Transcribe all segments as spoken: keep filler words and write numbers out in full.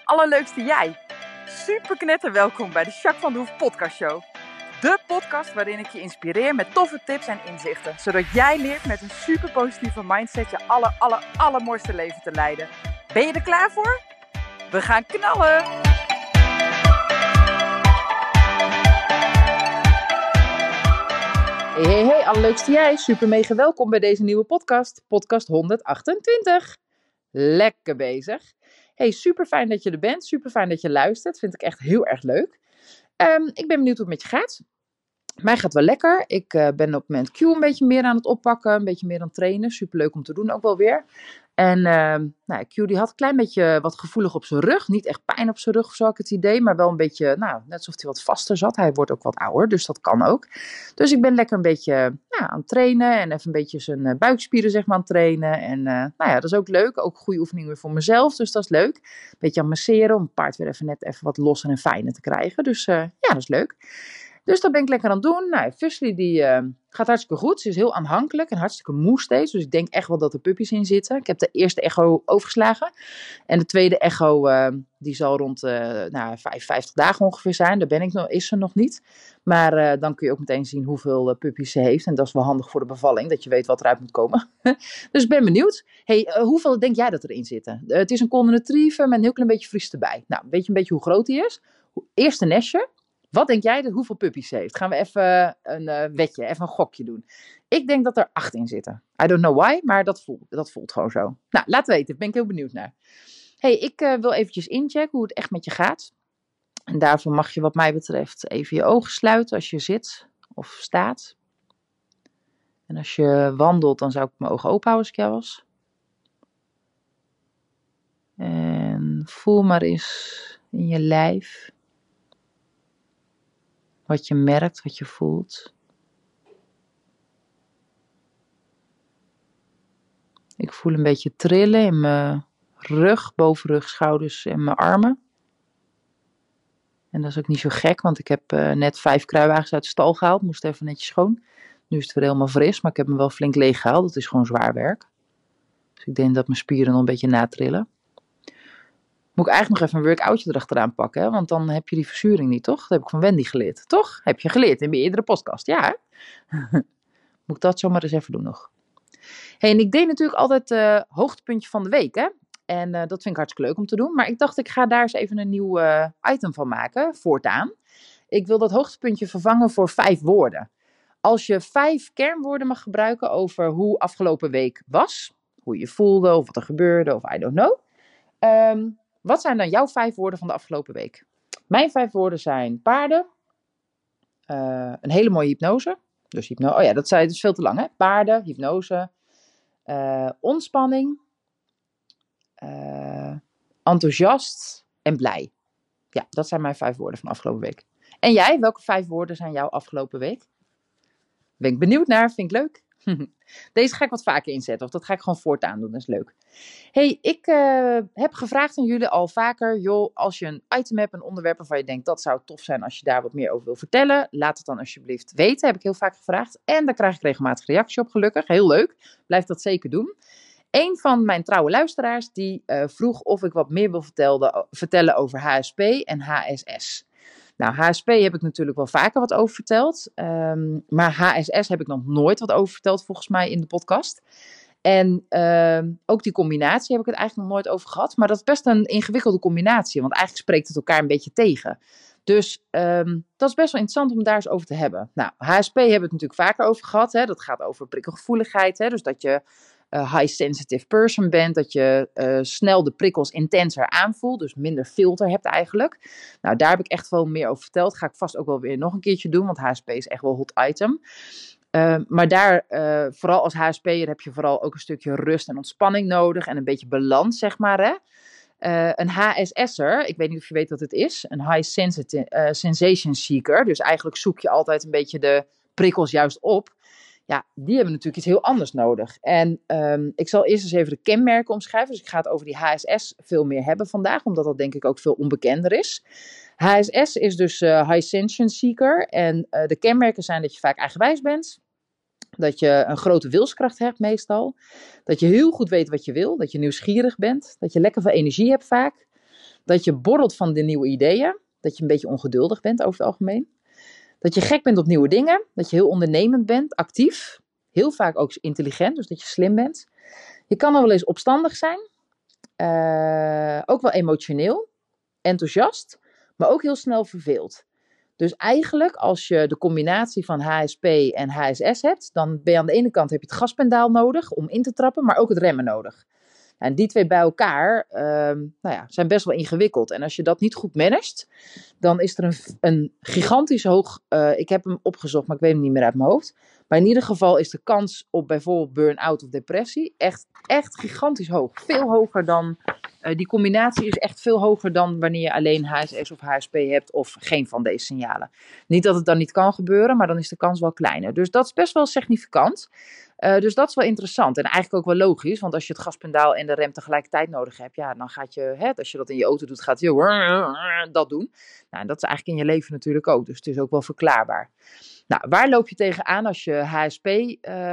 allerleukste jij. Super knetter welkom bij de Jacques van de Hoef podcast show. De podcast waarin ik je inspireer met toffe tips en inzichten. Zodat jij leert met een super positieve mindset je aller, aller, allermooiste leven te leiden. Ben je er klaar voor? We gaan knallen! Hey, hey, hey, allerleukste jij. Super mega welkom bij deze nieuwe podcast. Podcast honderdachtentwintig. Lekker bezig. Hey, super fijn dat je er bent. Super fijn dat je luistert. Vind ik echt heel erg leuk. Um, ik ben benieuwd hoe het met je gaat. Mij gaat wel lekker. Ik uh, ben op het moment Q een beetje meer aan het oppakken. Een beetje meer aan het trainen. Super leuk om te doen ook wel weer. En uh, nou, Q die had een klein beetje wat gevoelig op zijn rug. Niet echt pijn op zijn rug of zo, ik het idee. Maar wel een beetje, nou, net alsof hij wat vaster zat. Hij wordt ook wat ouder, dus dat kan ook. Dus ik ben lekker een beetje nou, aan het trainen. En even een beetje zijn uh, buikspieren zeg maar aan het trainen. En uh, nou ja, dat is ook leuk. Ook goede oefeningen weer voor mezelf, dus dat is leuk. Een beetje aan het masseren om het paard weer even net even wat losser en fijner te krijgen. Dus uh, ja, dat is leuk. Dus dat ben ik lekker aan het doen. Nou, Fuslie die uh, gaat hartstikke goed. Ze is heel aanhankelijk en hartstikke moe steeds. Dus ik denk echt wel dat er puppies in zitten. Ik heb de eerste echo overgeslagen. En de tweede echo, uh, die zal rond uh, nou, vijfenvijftig dagen ongeveer zijn. Daar ben ik nog, is ze nog niet. Maar uh, dan kun je ook meteen zien hoeveel uh, puppies ze heeft. En dat is wel handig voor de bevalling, dat je weet wat eruit moet komen. Dus ik ben benieuwd. Hey, uh, hoeveel denk jij dat erin zitten? Uh, het is een golden retriever met een heel klein beetje Fries erbij. Nou, weet je een beetje hoe groot die is? Eerste nestje. Wat denk jij dat hoeveel puppies ze heeft? Gaan we even een uh, wetje, even een gokje doen. Ik denk dat er acht in zitten. I don't know why, maar dat voelt, dat voelt gewoon zo. Nou, laat weten. Daar ben ik heel benieuwd naar. Hey, ik uh, wil eventjes inchecken hoe het echt met je gaat. En daarvoor mag je wat mij betreft even je ogen sluiten als je zit of staat. En als je wandelt, dan zou ik mijn ogen open houden als ik jou was. En voel maar eens in je lijf. Wat je merkt, wat je voelt. Ik voel een beetje trillen in mijn rug, bovenrug, schouders en mijn armen. En dat is ook niet zo gek, want ik heb uh, net vijf kruiwagens uit de stal gehaald. Moest even netjes schoon. Nu is het weer helemaal fris, maar ik heb hem wel flink leeg gehaald. Dat is gewoon zwaar werk. Dus ik denk dat mijn spieren nog een beetje natrillen. Moet ik eigenlijk nog even een workoutje erachteraan pakken, hè? Want dan heb je die verzuring niet, toch? Dat heb ik van Wendy geleerd, toch? Heb je geleerd in mijn eerdere podcast, ja. Moet ik dat zomaar eens even doen nog. Hey, en ik deed natuurlijk altijd het uh, hoogtepuntje van de week, hè? En uh, dat vind ik hartstikke leuk om te doen. Maar ik dacht, ik ga daar eens even een nieuw uh, item van maken, voortaan. Ik wil dat hoogtepuntje vervangen voor vijf woorden. Als je vijf kernwoorden mag gebruiken over hoe afgelopen week was, hoe je voelde, of wat er gebeurde, of I don't know. Um, Wat zijn dan jouw vijf woorden van de afgelopen week? Mijn vijf woorden zijn paarden, uh, een hele mooie hypnose. Dus hypno- oh ja, dat zei, dat is veel te lang, hè? Paarden, hypnose, uh, ontspanning, uh, enthousiast en blij. Ja, dat zijn mijn vijf woorden van de afgelopen week. En jij, welke vijf woorden zijn jouw afgelopen week? Ben ik benieuwd naar, vind ik leuk. Deze ga ik wat vaker inzetten, of dat ga ik gewoon voortaan doen, dat is leuk. Hey, ik uh, heb gevraagd aan jullie al vaker, joh, als je een item hebt, een onderwerp waarvan je denkt, dat zou tof zijn als je daar wat meer over wil vertellen, laat het dan alsjeblieft weten, heb ik heel vaak gevraagd. En daar krijg ik regelmatig reactie op, gelukkig, heel leuk, blijf dat zeker doen. Een van mijn trouwe luisteraars, die uh, vroeg of ik wat meer wil vertelde, vertellen over H S P en H S S. Nou, H S P heb ik natuurlijk wel vaker wat over verteld. Um, maar H S S heb ik nog nooit wat over verteld, volgens mij, in de podcast. En uh, ook die combinatie heb ik het eigenlijk nog nooit over gehad. Maar dat is best een ingewikkelde combinatie. Want eigenlijk spreekt het elkaar een beetje tegen. Dus um, dat is best wel interessant om het daar eens over te hebben. Nou, H S P hebben we het natuurlijk vaker over gehad. Hè? Dat gaat over prikkelgevoeligheid. Hè? Dus dat je uh, high sensitive person bent. Dat je uh, snel de prikkels intenser aanvoelt. Dus minder filter hebt eigenlijk. Nou, daar heb ik echt wel meer over verteld. Ga ik vast ook wel weer nog een keertje doen. Want H S P is echt wel een hot item. Uh, maar daar, uh, vooral als H S P'er heb je vooral ook een stukje rust en ontspanning nodig. En een beetje balans, zeg maar, hè. Uh, een H S S'er, ik weet niet of je weet wat het is, een high sensitive, uh, sensation seeker. Dus eigenlijk zoek je altijd een beetje de prikkels juist op. Ja, die hebben natuurlijk iets heel anders nodig. En um, ik zal eerst eens even de kenmerken omschrijven. Dus ik ga het over die H S S veel meer hebben vandaag, omdat dat denk ik ook veel onbekender is. H S S is dus uh, high sensation seeker. En uh, de kenmerken zijn dat je vaak eigenwijs bent. Dat je een grote wilskracht hebt meestal. Dat je heel goed weet wat je wil. Dat je nieuwsgierig bent. Dat je lekker veel energie hebt vaak. Dat je borrelt van de nieuwe ideeën. Dat je een beetje ongeduldig bent over het algemeen. Dat je gek bent op nieuwe dingen. Dat je heel ondernemend bent, actief. Heel vaak ook intelligent, dus dat je slim bent. Je kan er wel eens opstandig zijn. Uh, ook wel emotioneel. Enthousiast. Maar ook heel snel verveeld. Dus eigenlijk als je de combinatie van H S P en H S S hebt, dan ben je aan de ene kant heb je het gaspedaal nodig om in te trappen, maar ook het remmen nodig. En die twee bij elkaar uh, nou ja, zijn best wel ingewikkeld. En als je dat niet goed managt, dan is er een, een gigantisch hoog... Uh, ik heb hem opgezocht, maar ik weet hem niet meer uit mijn hoofd. Maar in ieder geval is de kans op bijvoorbeeld burn-out of depressie echt, echt gigantisch hoog. Veel hoger dan... Uh, die combinatie is echt veel hoger dan wanneer je alleen H S S of H S P hebt of geen van deze signalen. Niet dat het dan niet kan gebeuren, maar dan is de kans wel kleiner. Dus dat is best wel significant. Uh, dus dat is wel interessant en eigenlijk ook wel logisch, want als je het gaspedaal en de rem tegelijkertijd nodig hebt, ja, dan gaat je, hè, als je dat in je auto doet, gaat je dat doen. Nou, en dat is eigenlijk in je leven natuurlijk ook, dus het is ook wel verklaarbaar. Nou, waar loop je tegenaan als je H S P uh,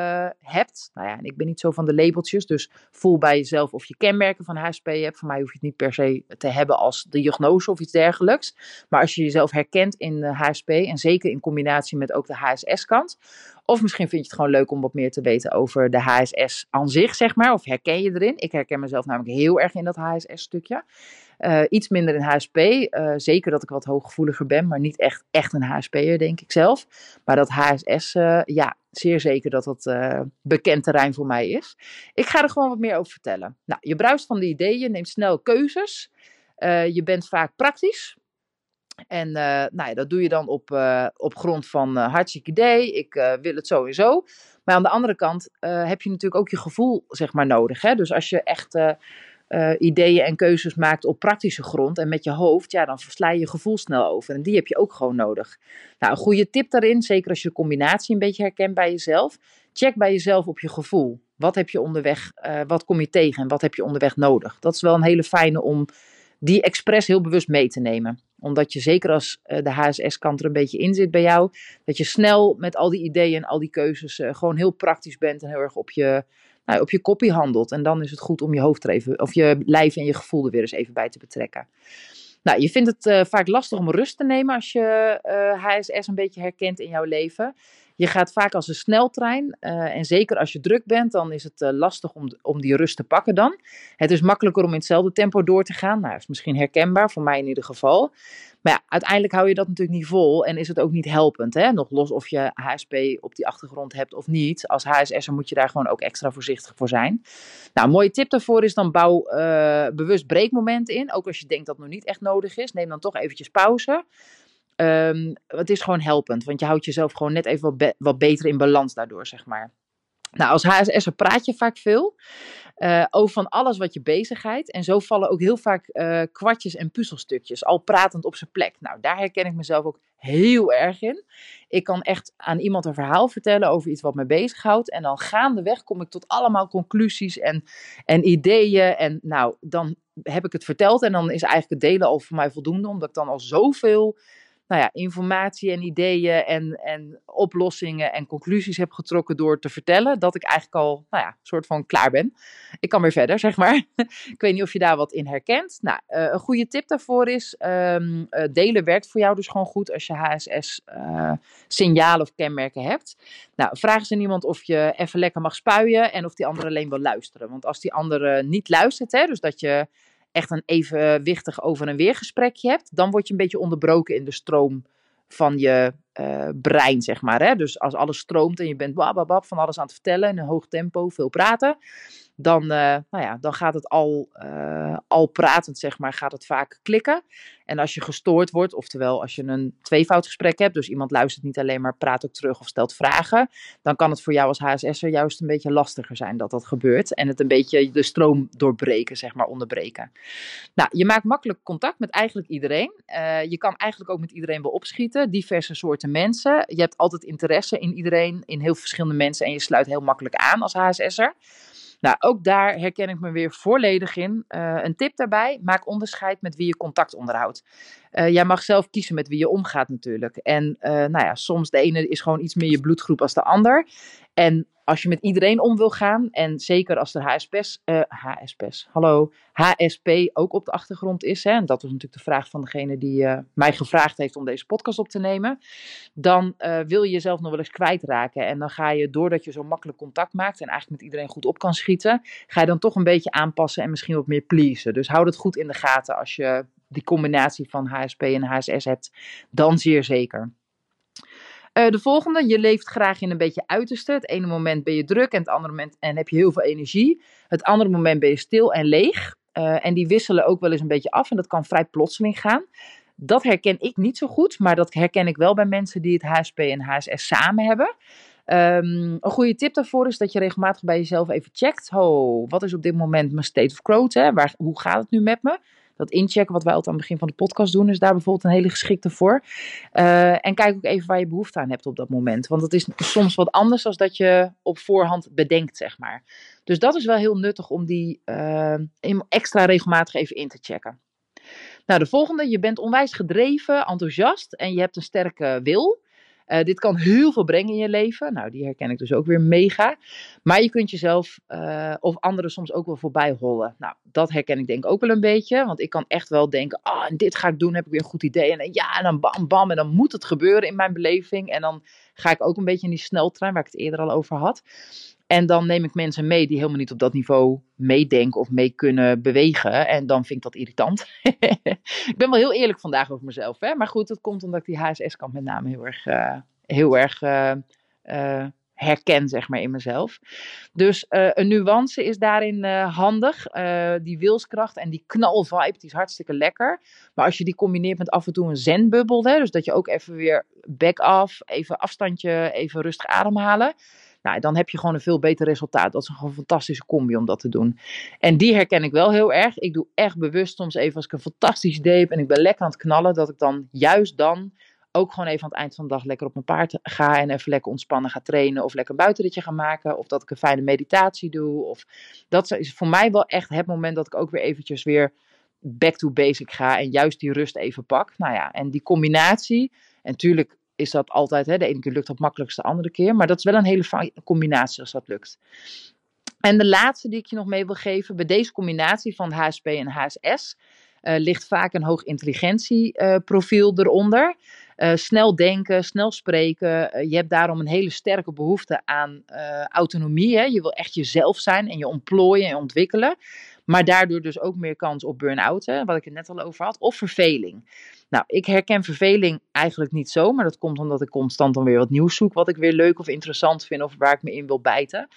hebt? Nou ja, en ik ben niet zo van de labeltjes, dus voel bij jezelf of je kenmerken van H S P hebt. Voor mij hoef je het niet per se te hebben als de diagnose of iets dergelijks. Maar als je jezelf herkent in de H S P en zeker in combinatie met ook de H S S-kant. Of misschien vind je het gewoon leuk om wat meer te weten over de H S S aan zich, zeg maar. Of herken je erin? Ik herken mezelf namelijk heel erg in dat H S S-stukje. Uh, iets minder in H S P. Uh, zeker dat ik wat hooggevoeliger ben, maar niet echt, echt een H S P'er, denk ik zelf. Maar dat H S S, uh, ja, zeer zeker dat dat uh, bekend terrein voor mij is. Ik ga er gewoon wat meer over vertellen. Nou, je bruist van de ideeën, neemt snel keuzes. Uh, je bent vaak praktisch. En uh, nou ja, dat doe je dan op, uh, op grond van uh, hartstikke idee. Ik uh, wil het sowieso. Maar aan de andere kant uh, heb je natuurlijk ook je gevoel, zeg maar, nodig. Hè? Dus als je echt uh, uh, ideeën en keuzes maakt op praktische grond en met je hoofd, ja, dan versla je je gevoel snel over. En die heb je ook gewoon nodig. Nou, een goede tip daarin, zeker als je de combinatie een beetje herkent bij jezelf. Check bij jezelf op je gevoel. Wat heb je onderweg, uh, wat kom je tegen en wat heb je onderweg nodig? Dat is wel een hele fijne om die expres heel bewust mee te nemen. Omdat je zeker als uh, de H S S-kant er een beetje in zit bij jou, dat je snel met al die ideeën en al die keuzes uh, gewoon heel praktisch bent en heel erg op je, nou, op je koppie handelt. En dan is het goed om je hoofd er even, of je lijf en je gevoel er weer eens even bij te betrekken. Nou, je vindt het uh, vaak lastig om rust te nemen als je uh, H S S een beetje herkent in jouw leven. Je gaat vaak als een sneltrein uh, en zeker als je druk bent, dan is het uh, lastig om, om die rust te pakken dan. Het is makkelijker om in hetzelfde tempo door te gaan. Nou, dat is misschien herkenbaar, voor mij in ieder geval. Maar ja, uiteindelijk hou je dat natuurlijk niet vol en is het ook niet helpend. Hè? Nog los of je H S P op die achtergrond hebt of niet. Als H S S'er moet je daar gewoon ook extra voorzichtig voor zijn. Nou, een mooie tip daarvoor is dan bouw uh, bewust breekmomenten in. Ook als je denkt dat het nog niet echt nodig is, neem dan toch eventjes pauze. Um, het is gewoon helpend, want je houdt jezelf gewoon net even wat, be- wat beter in balans daardoor, zeg maar. Nou, als H S S'er praat je vaak veel uh, over van alles wat je bezigheidt. En zo vallen ook heel vaak uh, kwartjes en puzzelstukjes, al pratend op zijn plek. Nou, daar herken ik mezelf ook heel erg in. Ik kan echt aan iemand een verhaal vertellen over iets wat me bezighoudt. En dan gaandeweg kom ik tot allemaal conclusies en, en ideeën. En nou, dan heb ik het verteld en dan is eigenlijk het delen al voor mij voldoende. Omdat ik dan al zoveel... nou ja, informatie en ideeën en, en oplossingen en conclusies heb getrokken door te vertellen, dat ik eigenlijk al, nou ja, soort van klaar ben. Ik kan weer verder, zeg maar. Ik weet niet of je daar wat in herkent. Nou, uh, een goede tip daarvoor is, um, uh, delen werkt voor jou dus gewoon goed als je H S S uh, signalen of kenmerken hebt. Nou, vraag eens aan iemand of je even lekker mag spuien en of die ander alleen wil luisteren. Want als die andere niet luistert, hè, dus dat je echt een evenwichtig over- en weer gesprekje hebt, dan word je een beetje onderbroken in de stroom van je uh, brein, zeg maar. Hè? Dus als alles stroomt en je bent bababab van alles aan het vertellen in een hoog tempo, veel praten, dan, uh, nou ja, dan gaat het al, uh, al pratend, zeg maar, gaat het vaak klikken. En als je gestoord wordt, oftewel als je een tweevoudgesprek hebt, dus iemand luistert niet alleen maar, praat ook terug of stelt vragen, dan kan het voor jou als H S S'er juist een beetje lastiger zijn dat dat gebeurt. En het een beetje de stroom doorbreken, zeg maar, onderbreken. Nou, je maakt makkelijk contact met eigenlijk iedereen. Uh, je kan eigenlijk ook met iedereen wel opschieten, diverse soorten mensen. Je hebt altijd interesse in iedereen, in heel verschillende mensen en je sluit heel makkelijk aan als H S S'er. Nou, ook daar herken ik me weer volledig in. Uh, een tip daarbij, maak onderscheid met wie je contact onderhoudt. Uh, jij mag zelf kiezen met wie je omgaat natuurlijk. En uh, nou ja, soms de ene is gewoon iets meer je bloedgroep als de ander. En als je met iedereen om wil gaan, en zeker als er H S P's, uh, H S P's, hallo, H S P ook op de achtergrond is, hè, en dat was natuurlijk de vraag van degene die uh, mij gevraagd heeft om deze podcast op te nemen, dan uh, wil je jezelf nog wel eens kwijtraken. En dan ga je, doordat je zo makkelijk contact maakt en eigenlijk met iedereen goed op kan schieten, ga je dan toch een beetje aanpassen en misschien wat meer pleasen. Dus hou dat goed in de gaten als je die combinatie van H S P en H S S hebt, dan zeer zeker. Uh, de volgende, je leeft graag in een beetje uiterste. Het ene moment ben je druk en het andere moment en heb je heel veel energie. Het andere moment ben je stil en leeg. Uh, en die wisselen ook wel eens een beetje af en dat kan vrij plotseling gaan. Dat herken ik niet zo goed, maar dat herken ik wel bij mensen die het H S P en H S S samen hebben. Um, een goede tip daarvoor is dat je regelmatig bij jezelf even checkt. Oh, wat is op dit moment mijn state of growth? Hè? Waar, hoe gaat het nu met me? Dat inchecken wat wij altijd aan het begin van de podcast doen, is daar bijvoorbeeld een hele geschikte voor. Uh, en kijk ook even waar je behoefte aan hebt op dat moment. Want het is soms wat anders dan dat je op voorhand bedenkt, zeg maar. Dus dat is wel heel nuttig om die uh, extra regelmatig even in te checken. Nou, de volgende. Je bent onwijs gedreven, enthousiast en je hebt een sterke wil. Uh, dit kan heel veel brengen in je leven. Nou, die herken ik dus ook weer mega. Maar je kunt jezelf uh, of anderen soms ook wel voorbij hollen. Nou, dat herken ik denk ik ook wel een beetje. Want ik kan echt wel denken, ah, oh, dit ga ik doen, heb ik weer een goed idee. En ja, en dan bam, bam, en dan moet het gebeuren in mijn beleving. En dan ga ik ook een beetje in die sneltrein, waar ik het eerder al over had. En dan neem ik mensen mee die helemaal niet op dat niveau meedenken of mee kunnen bewegen. En dan vind ik dat irritant. Ik ben wel heel eerlijk vandaag over mezelf. Hè? Maar goed, dat komt omdat ik die H S S-kant met name heel erg, uh, heel erg uh, uh, herken, zeg maar, in mezelf. Dus uh, een nuance is daarin uh, handig. Uh, die wilskracht en die knalvibe, die is hartstikke lekker. Maar als je die combineert met af en toe een zenbubbel, hè, dus dat je ook even weer back off, even afstandje, even rustig ademhalen. Nou, dan heb je gewoon een veel beter resultaat. Dat is een fantastische combi om dat te doen. En die herken ik wel heel erg. Ik doe echt bewust soms even als ik een fantastisch idee heb en ik ben lekker aan het knallen, dat ik dan juist dan ook gewoon even aan het eind van de dag lekker op mijn paard ga en even lekker ontspannen ga trainen of lekker een buitenritje ga maken of dat ik een fijne meditatie doe. Of dat is voor mij wel echt het moment dat ik ook weer eventjes weer back to basic ga en juist die rust even pak. Nou ja, en die combinatie, en natuurlijk is dat altijd, hè, de ene keer lukt dat makkelijkst de andere keer, maar dat is wel een hele fijne combinatie als dat lukt. En de laatste die ik je nog mee wil geven, bij deze combinatie van H S P en H S S uh, ligt vaak een hoog intelligentieprofiel uh, eronder. Uh, snel denken, snel spreken. Uh, je hebt daarom een hele sterke behoefte aan uh, autonomie. Hè? Je wil echt jezelf zijn en je ontplooien en ontwikkelen. Maar daardoor dus ook meer kans op burn-out, hè, wat ik het net al over had, of verveling. Nou, ik herken verveling eigenlijk niet zo, maar dat komt omdat ik constant dan weer wat nieuws zoek, wat ik weer leuk of interessant vind of waar ik me in wil bijten.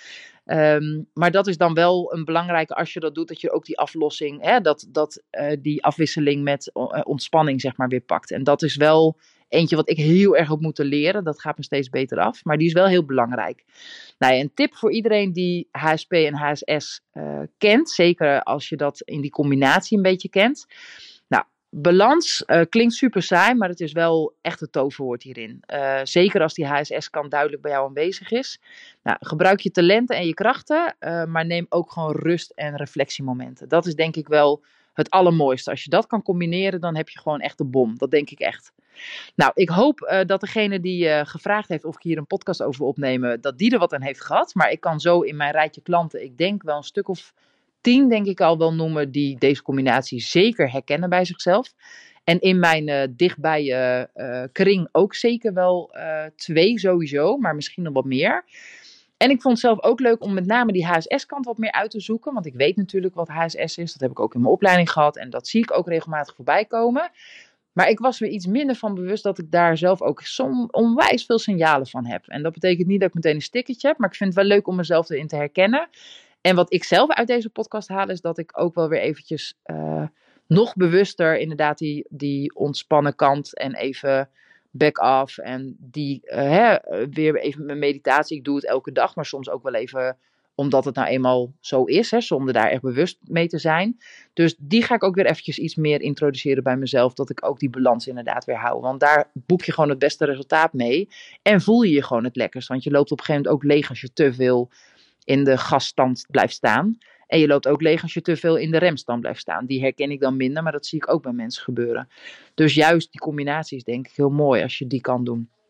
Um, maar dat is dan wel een belangrijke, als je dat doet, dat je ook die aflossing, hè, dat, dat uh, die afwisseling met uh, ontspanning, zeg maar, weer pakt. En dat is wel eentje wat ik heel erg heb moeten leren. Dat gaat me steeds beter af, maar die is wel heel belangrijk. Nou ja, een tip voor iedereen die H S P en H S S uh, kent, zeker als je dat in die combinatie een beetje kent. Nou, balans uh, klinkt super saai, maar het is wel echt het toverwoord hierin. Uh, zeker als die H S S-kant duidelijk bij jou aanwezig is. Nou, gebruik je talenten en je krachten, uh, maar neem ook gewoon rust en reflectiemomenten. Dat is denk ik wel het allermooiste. Als je dat kan combineren, dan heb je gewoon echt de bom. Dat denk ik echt. Nou, ik hoop uh, dat degene die uh, gevraagd heeft of ik hier een podcast over opnemen, dat die er wat aan heeft gehad. Maar ik kan zo in mijn rijtje klanten, ik denk wel een stuk of tien, denk ik al wel noemen, die deze combinatie zeker herkennen bij zichzelf. En in mijn uh, dichtbij uh, uh, kring ook zeker wel uh, twee sowieso, maar misschien nog wat meer. En ik vond het zelf ook leuk om met name die H S S-kant wat meer uit te zoeken. Want ik weet natuurlijk wat H S S is. Dat heb ik ook in mijn opleiding gehad. En dat zie ik ook regelmatig voorbij komen. Maar ik was me iets minder van bewust dat ik daar zelf ook som, onwijs veel signalen van heb. En dat betekent niet dat ik meteen een stickertje heb. Maar ik vind het wel leuk om mezelf erin te herkennen. En wat ik zelf uit deze podcast haal is dat ik ook wel weer eventjes uh, nog bewuster inderdaad die, die ontspannen kant en even back off en die uh, hè, weer even mijn meditatie. Ik doe het elke dag, maar soms ook wel even omdat het nou eenmaal zo is, hè, zonder daar echt bewust mee te zijn. Dus die ga ik ook weer eventjes iets meer introduceren bij mezelf, dat ik ook die balans inderdaad weer hou. Want daar boek je gewoon het beste resultaat mee en voel je je gewoon het lekkerst. Want je loopt op een gegeven moment ook leeg als je te veel in de gasstand blijft staan. En je loopt ook leeg als je te veel in de remstand blijft staan. Die herken ik dan minder, maar dat zie ik ook bij mensen gebeuren. Dus juist die combinatie is denk ik heel mooi als je die kan doen.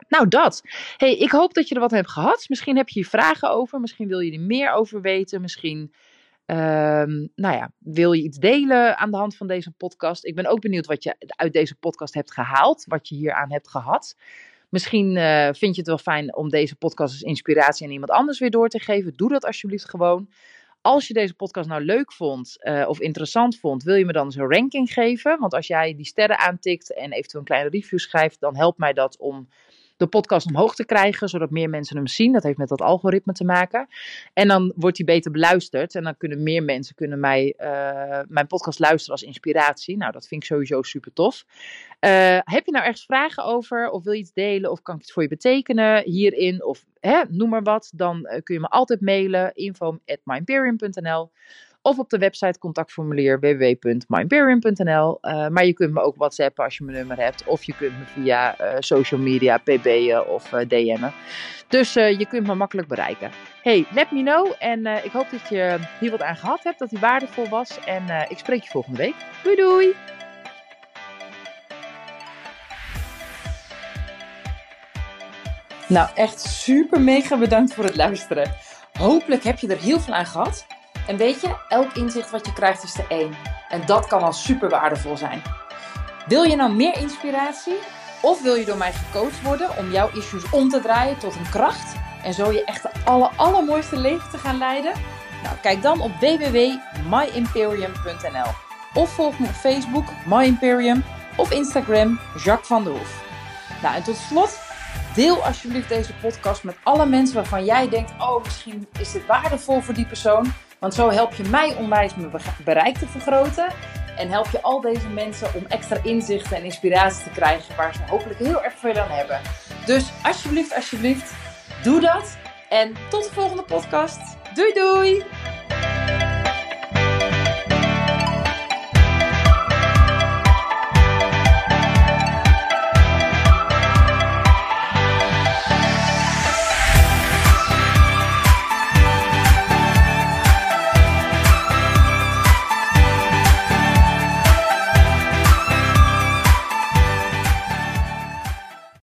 Nou, dat. Hey, ik hoop dat je er wat hebt gehad. Misschien heb je hier vragen over. Misschien wil je er meer over weten. Misschien um, nou ja, wil je iets delen aan de hand van deze podcast. Ik ben ook benieuwd wat je uit deze podcast hebt gehaald. Wat je hieraan hebt gehad. Misschien uh, vind je het wel fijn om deze podcast als inspiratie aan iemand anders weer door te geven. Doe dat alsjeblieft gewoon. Als je deze podcast nou leuk vond uh, of interessant vond, wil je me dan eens een ranking geven? Want als jij die sterren aantikt en eventueel een kleine review schrijft, dan helpt mij dat om de podcast omhoog te krijgen, zodat meer mensen hem zien. Dat heeft met dat algoritme te maken. En dan wordt hij beter beluisterd. En dan kunnen meer mensen kunnen mij, uh, mijn podcast luisteren als inspiratie. Nou, dat vind ik sowieso super tof. Uh, heb je nou ergens vragen over? Of wil je iets delen? Of kan ik iets voor je betekenen hierin? Of hè, noem maar wat. Dan uh, kun je me altijd mailen. info at myimperium punt n l Of op de website contactformulier w w w punt myimperium punt n l. Uh, maar je kunt me ook whatsappen als je mijn nummer hebt. Of je kunt me via uh, social media pb'en of uh, D M'en. Dus uh, je kunt me makkelijk bereiken. Hey, let me know. En uh, ik hoop dat je hier wat aan gehad hebt. Dat die waardevol was. En uh, ik spreek je volgende week. Doei doei! Nou, echt super mega bedankt voor het luisteren. Hopelijk heb je er heel veel aan gehad. En weet je, elk inzicht wat je krijgt is er één. En dat kan al super waardevol zijn. Wil je nou meer inspiratie? Of wil je door mij gecoacht worden om jouw issues om te draaien tot een kracht? En zo je echt de aller, allermooiste leven te gaan leiden? Nou, kijk dan op w w w punt my imperium punt n l. Of volg me op Facebook, MyImperium. Of Instagram, Jacques van der Hoef. Nou, en tot slot, deel alsjeblieft deze podcast met alle mensen waarvan jij denkt, oh, misschien is dit waardevol voor die persoon. Want zo help je mij onwijs mijn bereik te vergroten. En help je al deze mensen om extra inzichten en inspiratie te krijgen waar ze hopelijk heel erg veel aan hebben. Dus alsjeblieft, alsjeblieft, doe dat. En tot de volgende podcast. Doei doei!